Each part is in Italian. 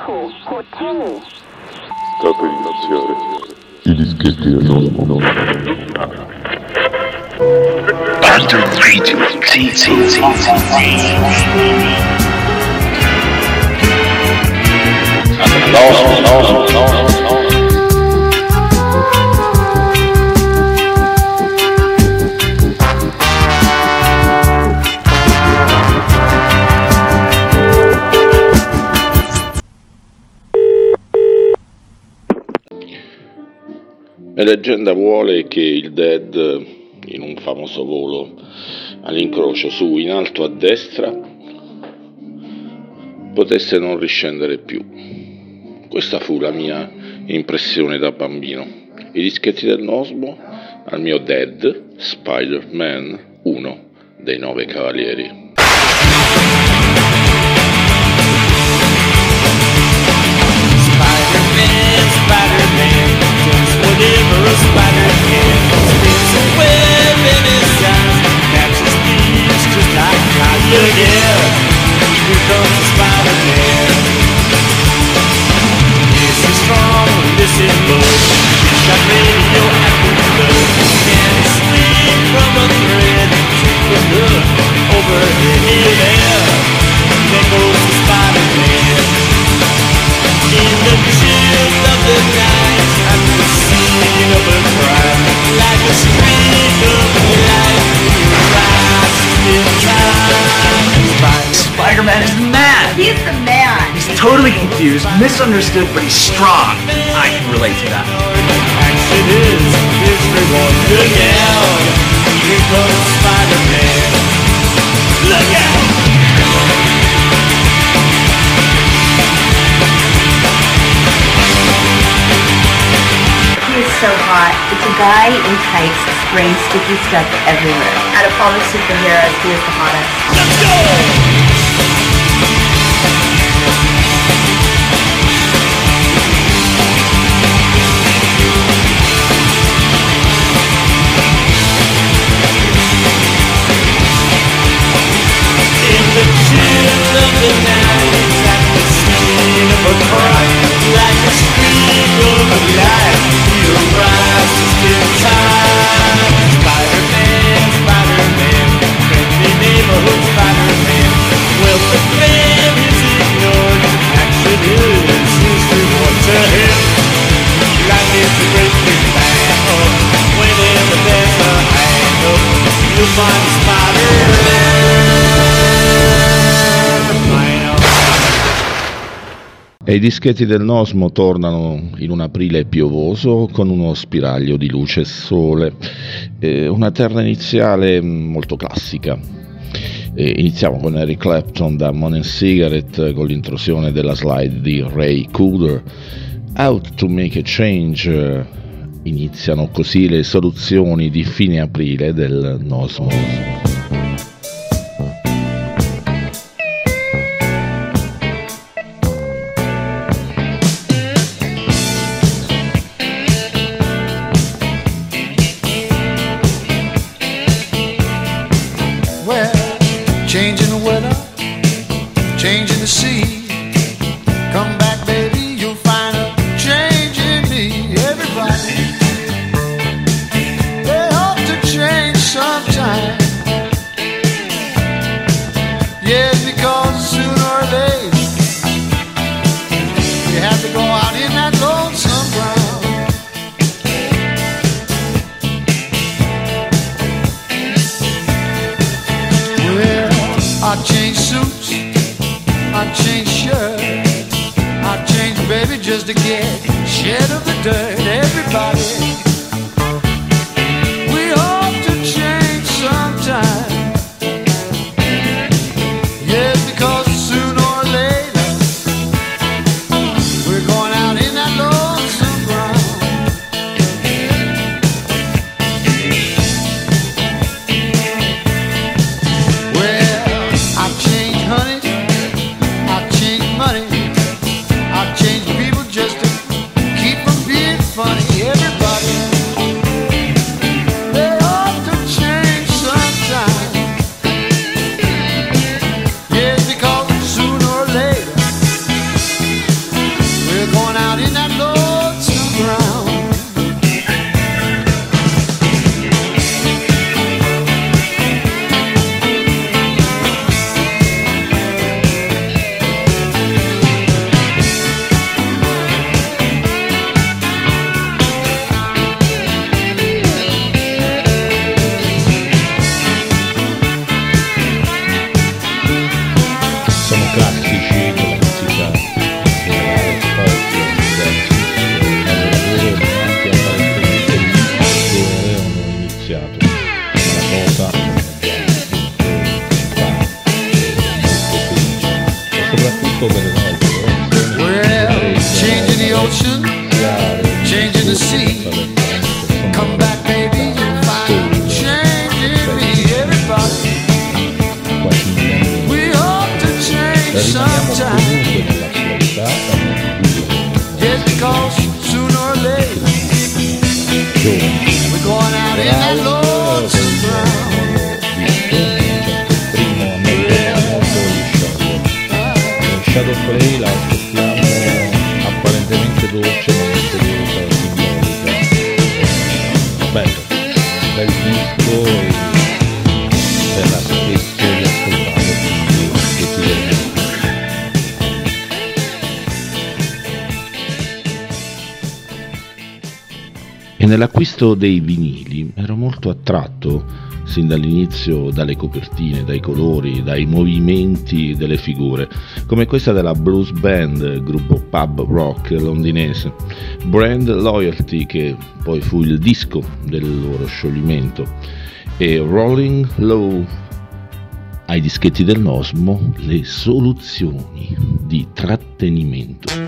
Sta per iniziare i dischetti del Nosmo. Under Radio No. La leggenda vuole che il Dead, in un famoso volo all'incrocio su in alto a destra, potesse non riscendere più. Questa fu la mia impressione da bambino. I dischetti del Nosmo al mio Dead, Spider-Man, uno dei 9 cavalieri. Spider-Man, does whatever a spider can. Spins a web in his eyes, catches thieves just like Kanye. Yeah, here comes the Spider-Man. Yes, he's strong, listen, bud. He's got radioactive blood. Can he swing from a thread? Take the hook over here. There goes the Spider-Man. In the chills of the night, at the scene of a crime, like a streak of light in your eyes, in time. Spider-Man is the man! He's the man! He's totally confused, misunderstood, but he's strong. I can relate to that. Action is history once again. Here comes Spider-Man. Look out! So hot. It's a guy in tights spraying sticky stuff everywhere. Out of all the superheroes, he is the hottest. Let's go! In the chill of the night, at the scene of a crime, like a streak of light. Rise just in time. Spider-Man, Spider-Man, friendly neighborhood Spider-Man. Well, the fame is ignored. Action is history once ahead. Life is a great big bang up. Whenever there's a hang up, you'll find Spider-Man. E i dischetti del Nosmo tornano in un aprile piovoso con uno spiraglio di luce e sole, una terra iniziale molto classica. Iniziamo con Eric Clapton da Money Cigarette con l'intrusione della slide di Ray Cooder. Out to Make a Change, iniziano così le soluzioni di fine aprile del Nosmo. Money, I change people just to classici della musica generale, folk, dance, lavoro anche apparentemente lì dove hanno iniziato una cosa e soprattutto per le nuove changing the ocean, changing the sea. Come back, baby, find changing me, everybody. We hope to change sometime. Yes, because sooner or later we're going out in that lonesome ground. Shadow Play la ascoltiamo apparentemente dolce ma misteriosa, simbolica. Bello, bel disco e verrà spesso riascoltato quotidianamente. E nell'acquisto dei vinili ero molto attratto sin dall'inizio dalle copertine, dai colori, dai movimenti delle figure, come questa della Blues Band, gruppo pub rock londinese, Brand Loyalty, che poi fu il disco del loro scioglimento, e Rolling Low. Ai dischetti del Nosmo, le soluzioni di trattenimento.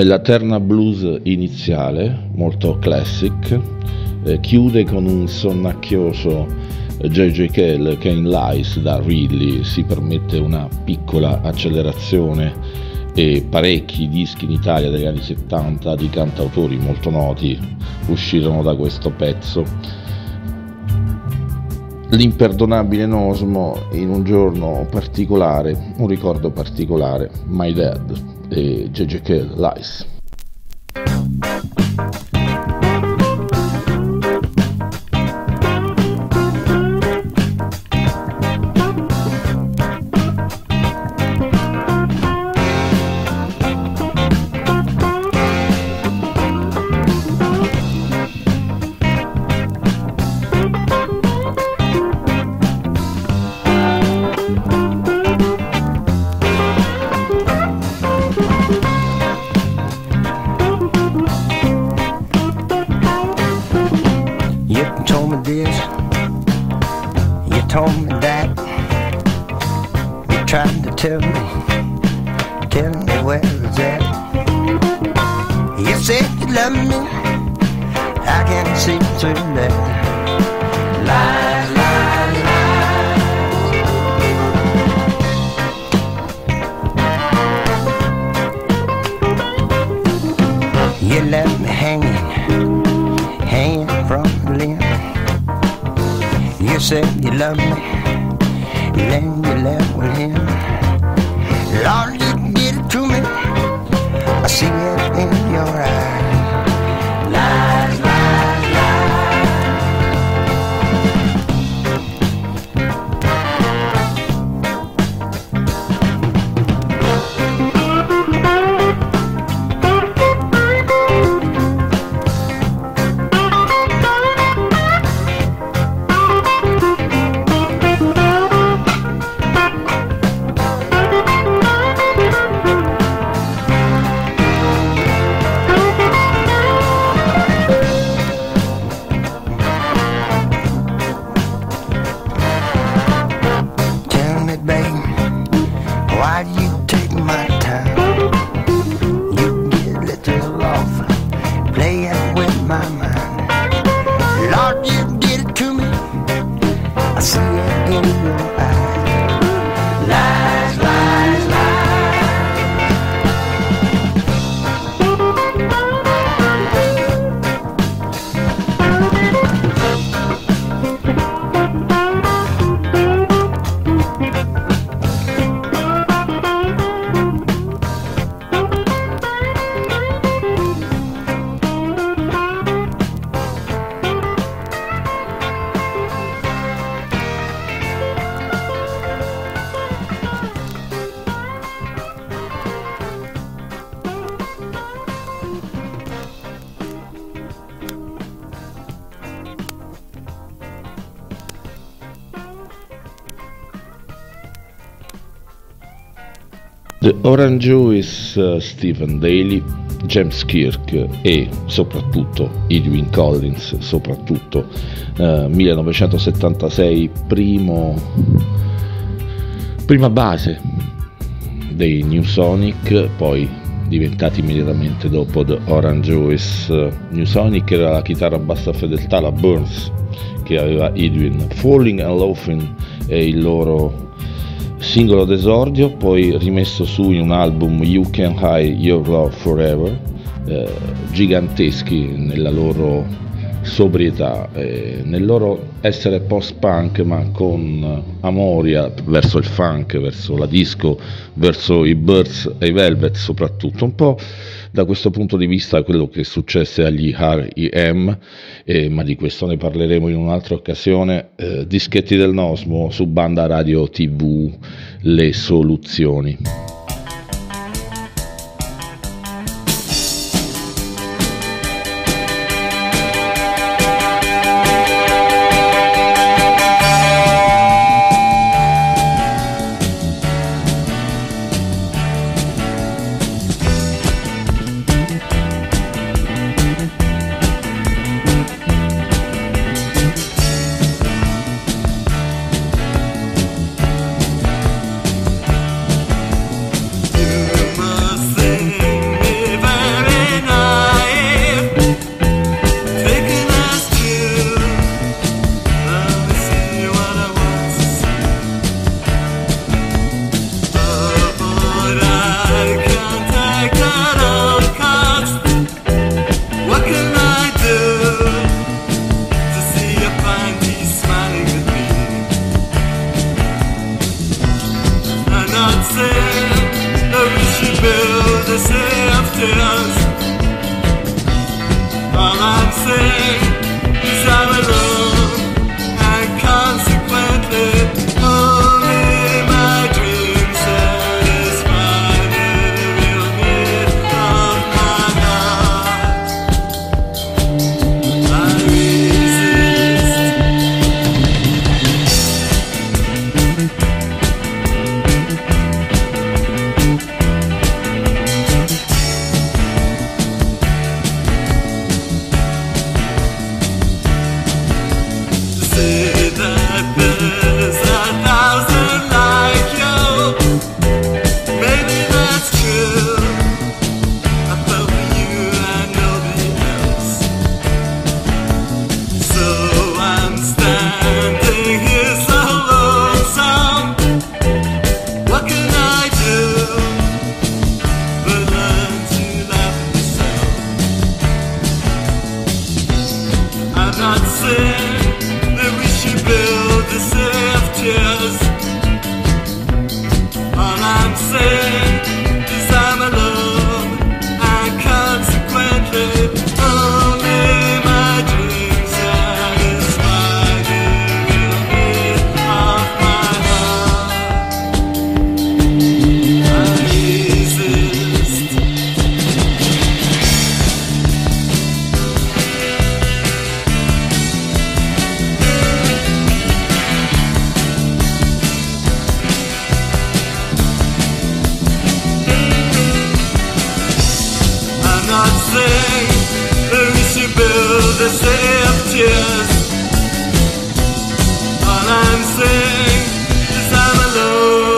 La terna blues iniziale, molto classic, chiude con un sonnacchioso J.J. Cale che in Lies da Ridley si permette una piccola accelerazione, e parecchi dischi in Italia degli anni 70 di cantautori molto noti uscirono da questo pezzo. L'imperdonabile Nosmo in un giorno particolare, un ricordo particolare, My Dad e J.J. Cale, Lies. The Orange Juice, Stephen Daly, James Kirk e soprattutto Edwyn Collins, 1976, prima base dei New Sonic, poi diventati immediatamente dopo The Orange Juice. New Sonic era la chitarra a bassa fedeltà, la Burns, che aveva Edwyn. Falling and Laughing è il loro singolo d'esordio, poi rimesso su in un album You Can Hide Your Love Forever, giganteschi nella loro sobrietà, nel loro essere post-punk ma con amoria verso il funk, verso la disco, verso i Birds e i Velvet soprattutto. Un po' da questo punto di vista quello che successe agli R.E.M., ma di questo ne parleremo in un'altra occasione. Dischetti del Nosmo su Banda Radio TV, le soluzioni. tears. All I'm saying is I'm alone, and consequently only my dreams satisfy the real need of my heart. I resist. Say that there's 1,000 like you. Maybe that's true. I felt for you and nobody else. So I'm standing here so lonesome. What can I do but learn to laugh at myself? I'm not saying that we should build a city of tears. All I'm saying is I'm alone, and consequently only my dreams satisfy the real need of my heart. I resist. I'm not saying that we should build a city of tears. All I'm saying is I'm alone.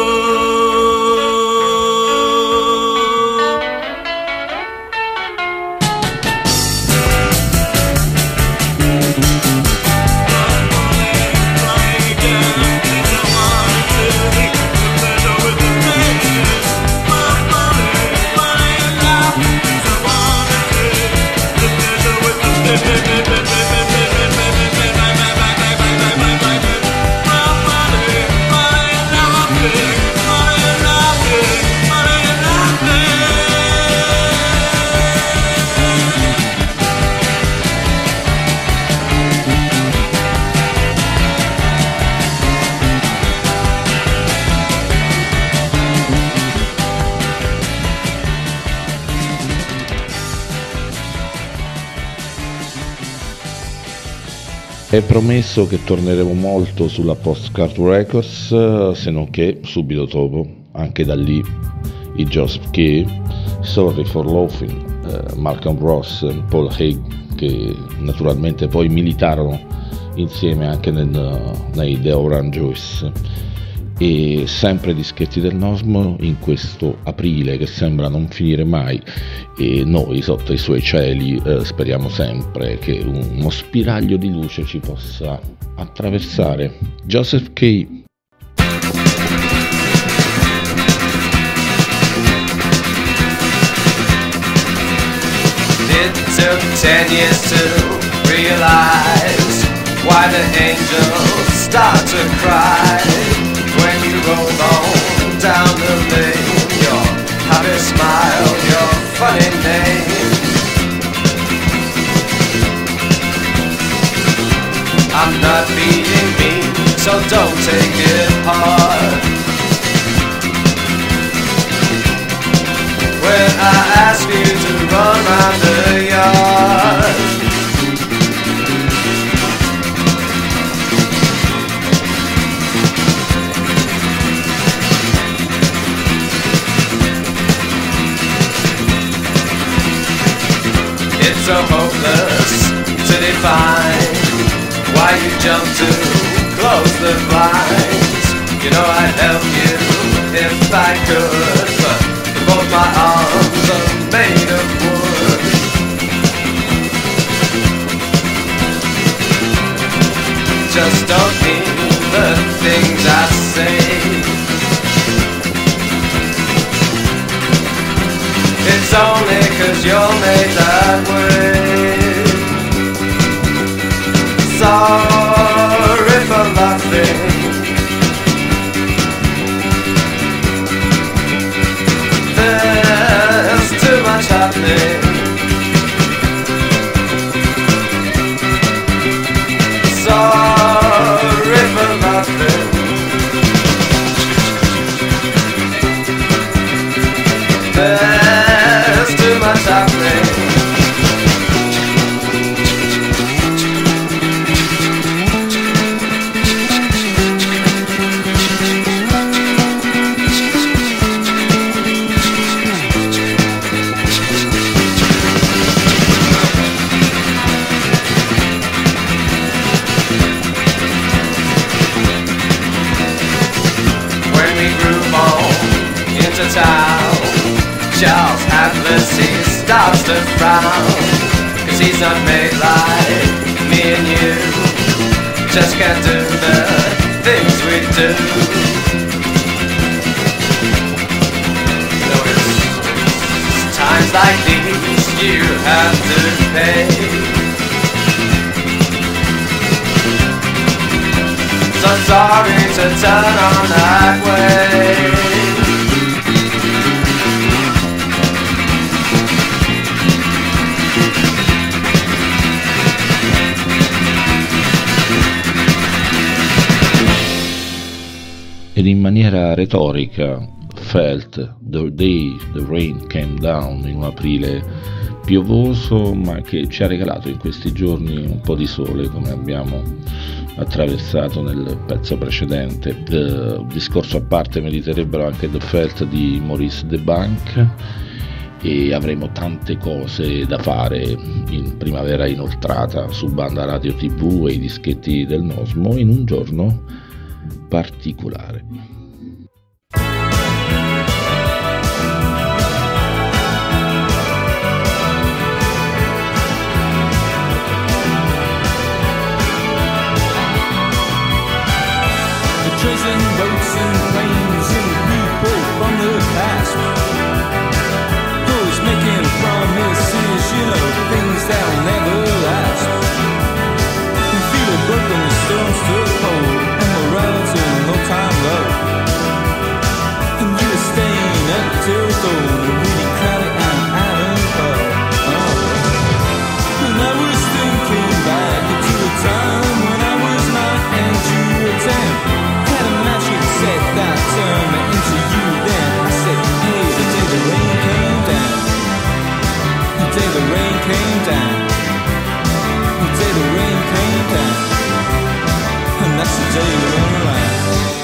Flying again, and I wanna take the pleasure with the things. Money, and love, and I wanna take the pleasure with the things. È promesso che torneremo molto sulla Postcard Records, se non che subito dopo, anche da lì, i Joseph Kay, Sorry for Laughing, Malcolm Ross, Paul Haig, che naturalmente poi militarono insieme anche nei The Orange Juice. E sempre dischetti del Nosmo in questo aprile che sembra non finire mai, e noi sotto i suoi cieli speriamo sempre che uno spiraglio di luce ci possa attraversare. Joseph Kay. It took 10 years to realize why the angels start to cry when you roll on down the lane. Your happy smile, your funny name. I'm not being mean, so don't take it hard. When I ask you to run around the yard, it's so hopeless to define why you jump to close the blinds. You know I'd help you if I could, but both my arms are made of wood. Just don't mean the things I say. It's only 'cause you're made that way. Sorry for laughing. There's too much happening. Charles Atlas, he starts to frown, 'cause he's not made like me and you. Just can't do the things we do. No, it's times like these you have to pay. So sorry to turn on that way. Ed in maniera retorica, Felt the Day the Rain Came Down, in un aprile piovoso, ma che ci ha regalato in questi giorni un po' di sole, come abbiamo attraversato nel pezzo precedente. Discorso a parte, meriterebbero anche The Felt di Maurice DeBank, e avremo tante cose da fare in Primavera Inoltrata su Banda Radio TV e i dischetti del Nosmo in un giorno particolare. Tracing boats and planes and people from the past, always making promises, you know, things that'll never last. You feel it broken, the storms took hold, and morale's in no time low. And you were staying up till dawn, really crowded and out and cold. And I was thinking back to a time when I was 9 and you were 10. Said that turned me into you then. I said, hey, the day the rain came down, the day the rain came down, the day the rain came down, and that's the day we run around.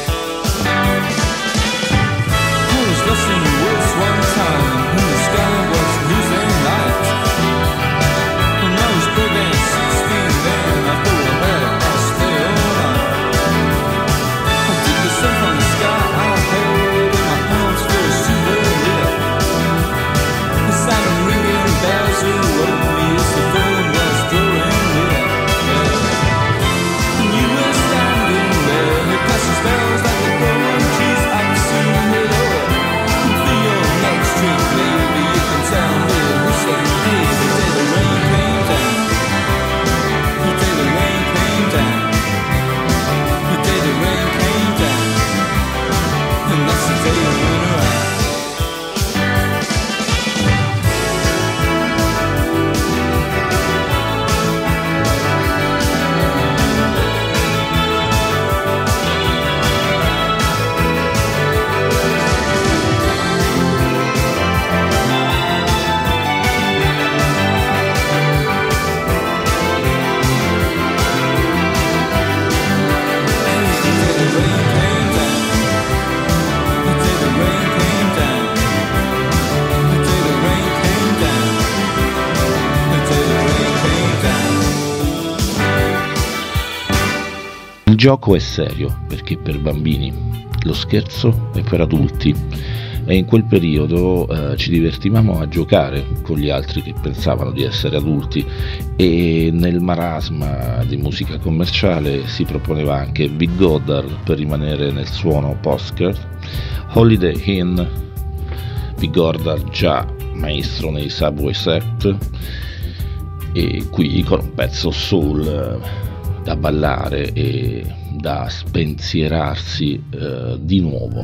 I was lost in the woods one time, and the sky was losing light, and I was broken 16 then. I thought I better stay all night. I took the sun from the sky, I held it in my arms for a souvenir. The sound of ringing bells awoke me as the dawn was drawing near. And you were standing there, your passing spells like the growing trees. I've seen it all. And for your next trip, baby, you can tell me. You said, hey, the day the rain came down, the day the rain came down, the day the rain came down, and that's the day we went around. Il gioco è serio perché è per bambini, lo scherzo è per adulti, e in quel periodo ci divertivamo a giocare con gli altri che pensavano di essere adulti, e nel marasma di musica commerciale si proponeva anche Big Goddard per rimanere nel suono post-skirt, Holiday Inn, Big Goddard già maestro nei Subway Set, e qui con un pezzo soul da ballare e da spensierarsi di nuovo.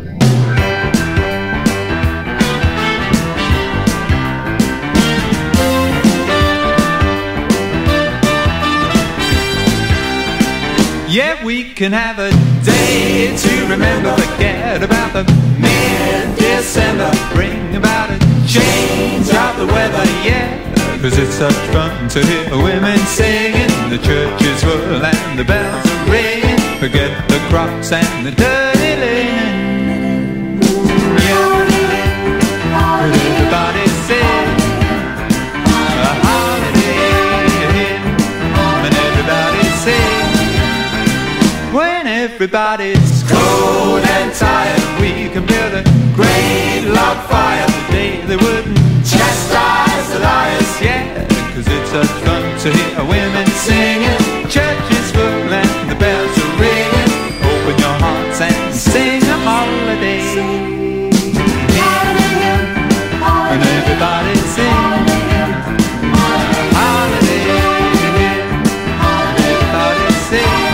Yeah, we can have a day to remember. Forget about the mid-December. Bring about a change of the weather, yeah. 'Cause it's such fun to hear women singing. The church is full and the bells are ringing. Forget the crops and the dirty linen. Yeah, but everybody sing a holiday, and everybody sing. When everybody's cold and tired, we can build a great log fire. The day they wouldn't chastise the liars, yeah, 'cause it's a fun to hear women singing. Church is full and the bells are ringing. Open your hearts and sing a holiday. And everybody sing a holiday. And everybody sing.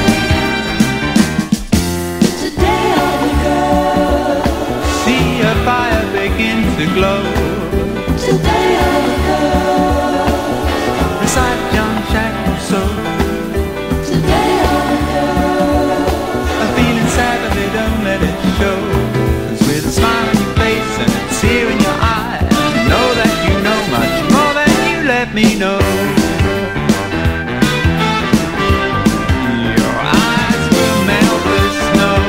Today all the girls See a fire begin to glow. Today all the girls Recite John Shackle's soul. Today all the girls I'm feeling sad but they don't let it show. 'Cause with a smile on your face and a tear in your eye, I know that you know much more than you let me know. Your eyes will melt the snow.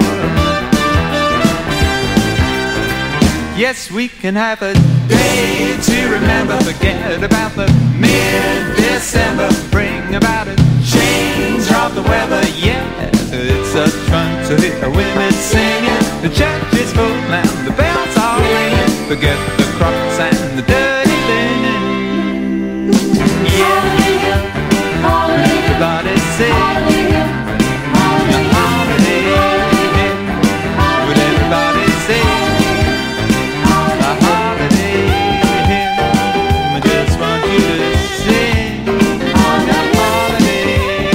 Yes, we can have a day to remember. Forget about the mid-December. Bring about a change of the weather. Yeah, it's a fun to hear women singing. The church is full and the bells are ringing. Forget the crops and the dirty linen. Yeah, everybody sing a holiday. Would everybody sing a holiday? I just want you to sing a holiday.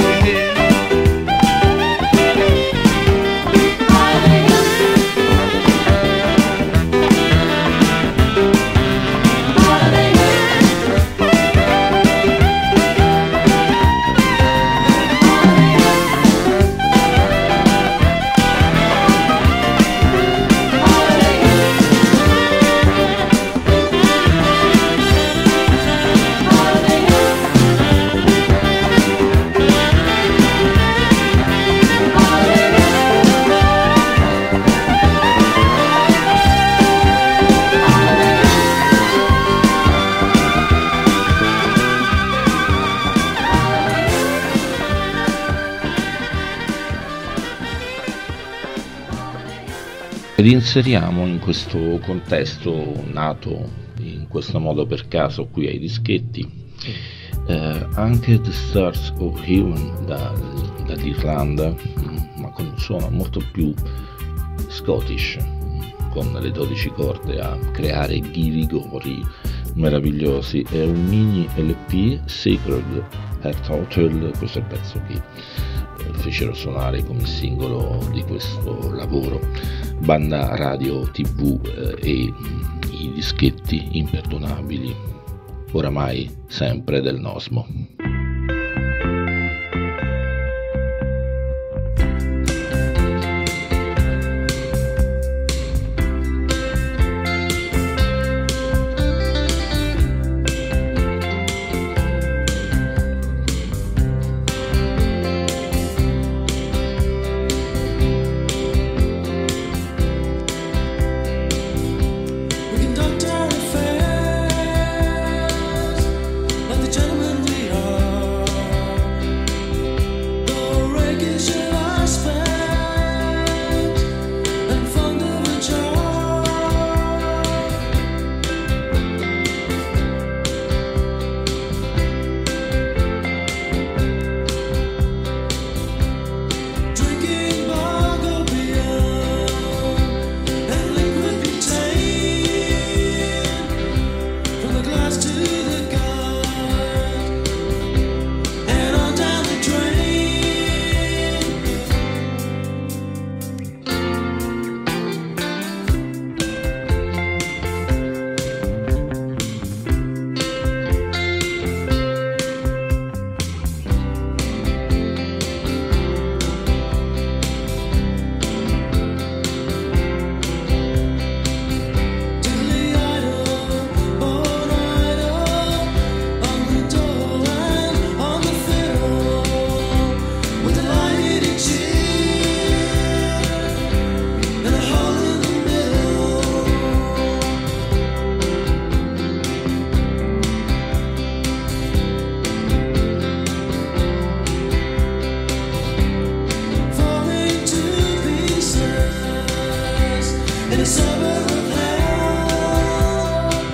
Ed inseriamo in questo contesto nato in questo modo per caso qui ai dischetti anche The Stars of Heaven dall'Irlanda, ma con un suono molto più scottish, con le 12 corde a creare ghirigori meravigliosi. È un mini LP, Sacred Heart Hotel, questo è il pezzo che fecero suonare come singolo di questo lavoro banda radio, tv e i dischetti imperdonabili, oramai sempre del Nosmo. In a summer of hell,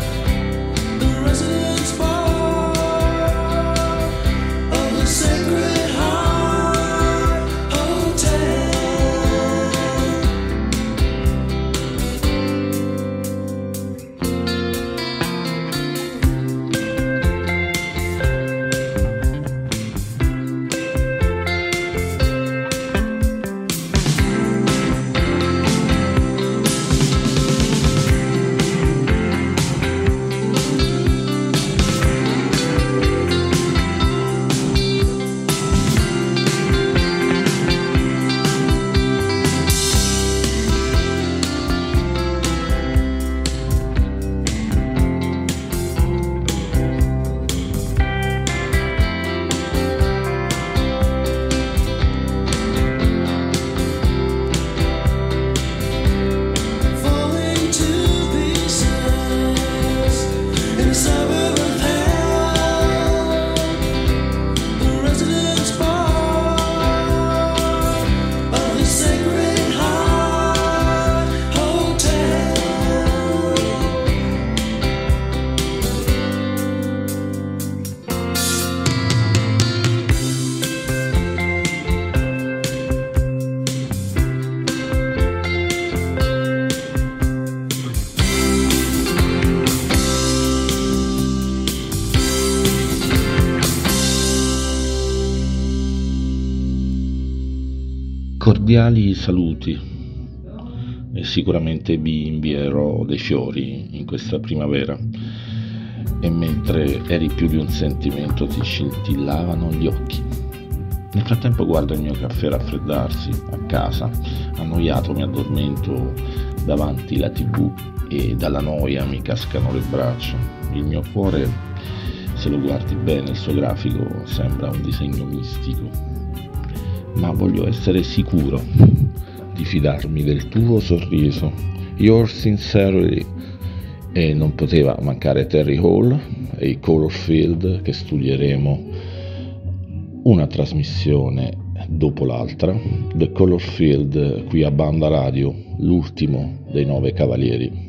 Cordiali saluti e sicuramente vi invierò dei fiori in questa primavera e mentre eri più di un sentimento ti scintillavano gli occhi. Nel frattempo guardo il mio caffè raffreddarsi a casa, annoiato mi addormento davanti la TV e dalla noia mi cascano le braccia. Il mio cuore, se lo guardi bene, il suo grafico sembra un disegno mistico, ma voglio essere sicuro di fidarmi del tuo sorriso, your sincerity, e non poteva mancare Terry Hall e i Colorfield che studieremo una trasmissione dopo l'altra. The Colorfield qui a Banda Radio, l'ultimo dei 9 cavalieri.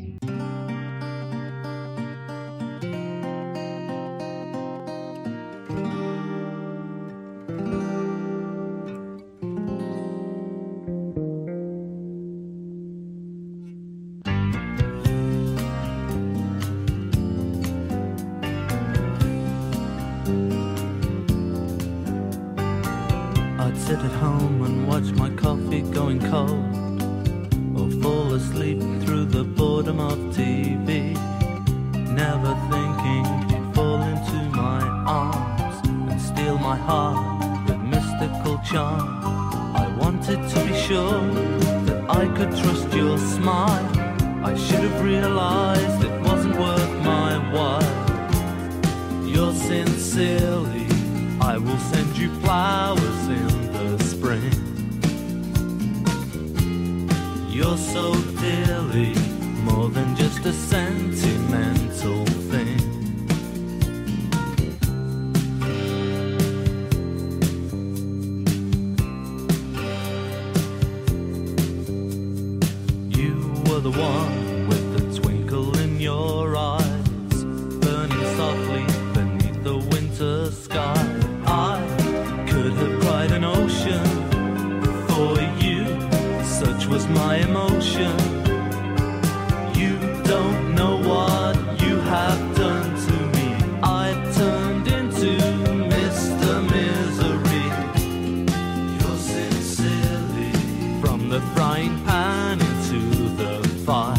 I'd sit at home and watch my coffee going cold, or fall asleep through the boredom of TV, never thinking you'd fall into my arms and steal my heart with mystical charm. I wanted to be sure that I could trust your smile. I should have realized it wasn't worth my while. You're sincerely, I will send you flowers in the spring. You're so dearly more than just a sentimental thing. You were the one with the twinkle in your eyes, burning softly beneath the winter sky. I could have cried an ocean for you, such was my emotion. You don't know what you have done to me. I've turned into Mr. Misery. You're sincerely from the frying pan into the fire.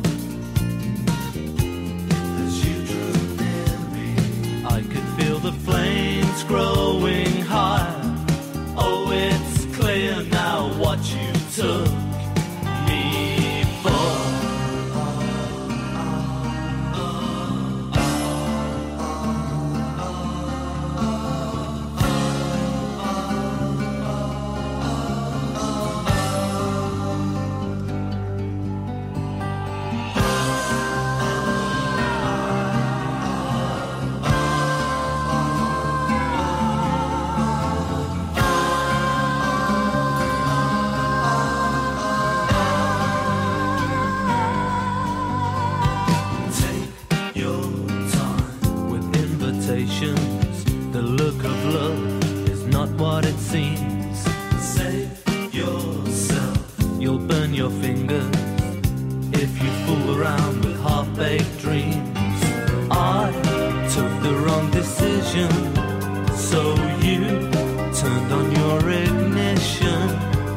As you drew near me, I could feel the flames growing higher. Oh, it's clear now what you took me for. The look of love is not what it seems. Save yourself, you'll burn your fingers if you fool around with half-baked dreams. I took the wrong decision, so you turned on your ignition.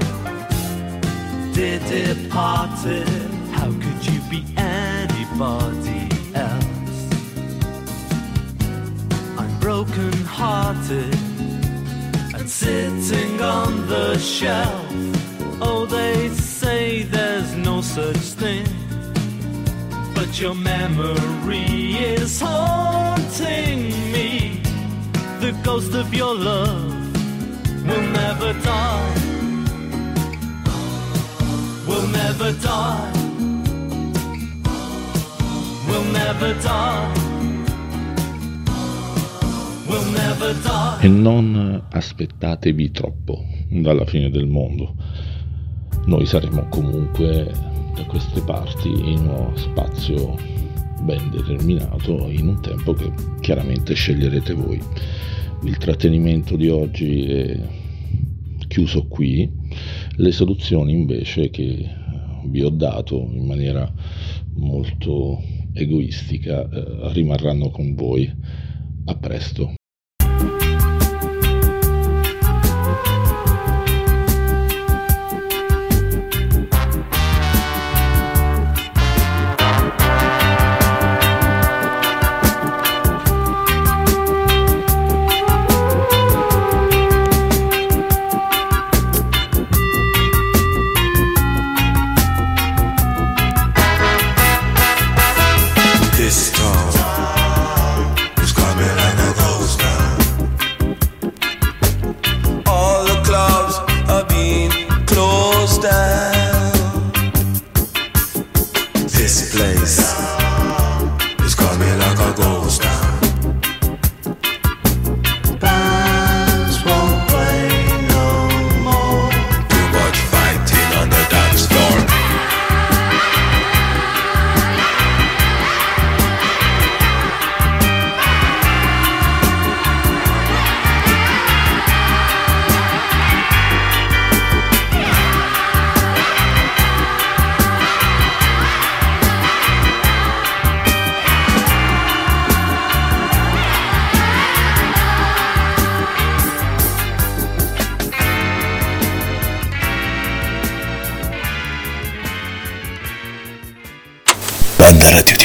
Departed, how could you be anybody else? Broken-hearted and sitting on the shelf. Oh, they say there's no such thing, but your memory is haunting me. The ghost of your love will never die, will never die, will never die. E non aspettatevi troppo dalla fine del mondo. Noi saremo comunque da queste parti in uno spazio ben determinato, in un tempo che chiaramente sceglierete voi. Il trattenimento di oggi è chiuso qui, le soluzioni invece che vi ho dato in maniera molto egoistica rimarranno con voi. A presto. goes down. This place is coming like a ghost town. Bands won't play no more. Too much fighting on the dance floor. Banda Radio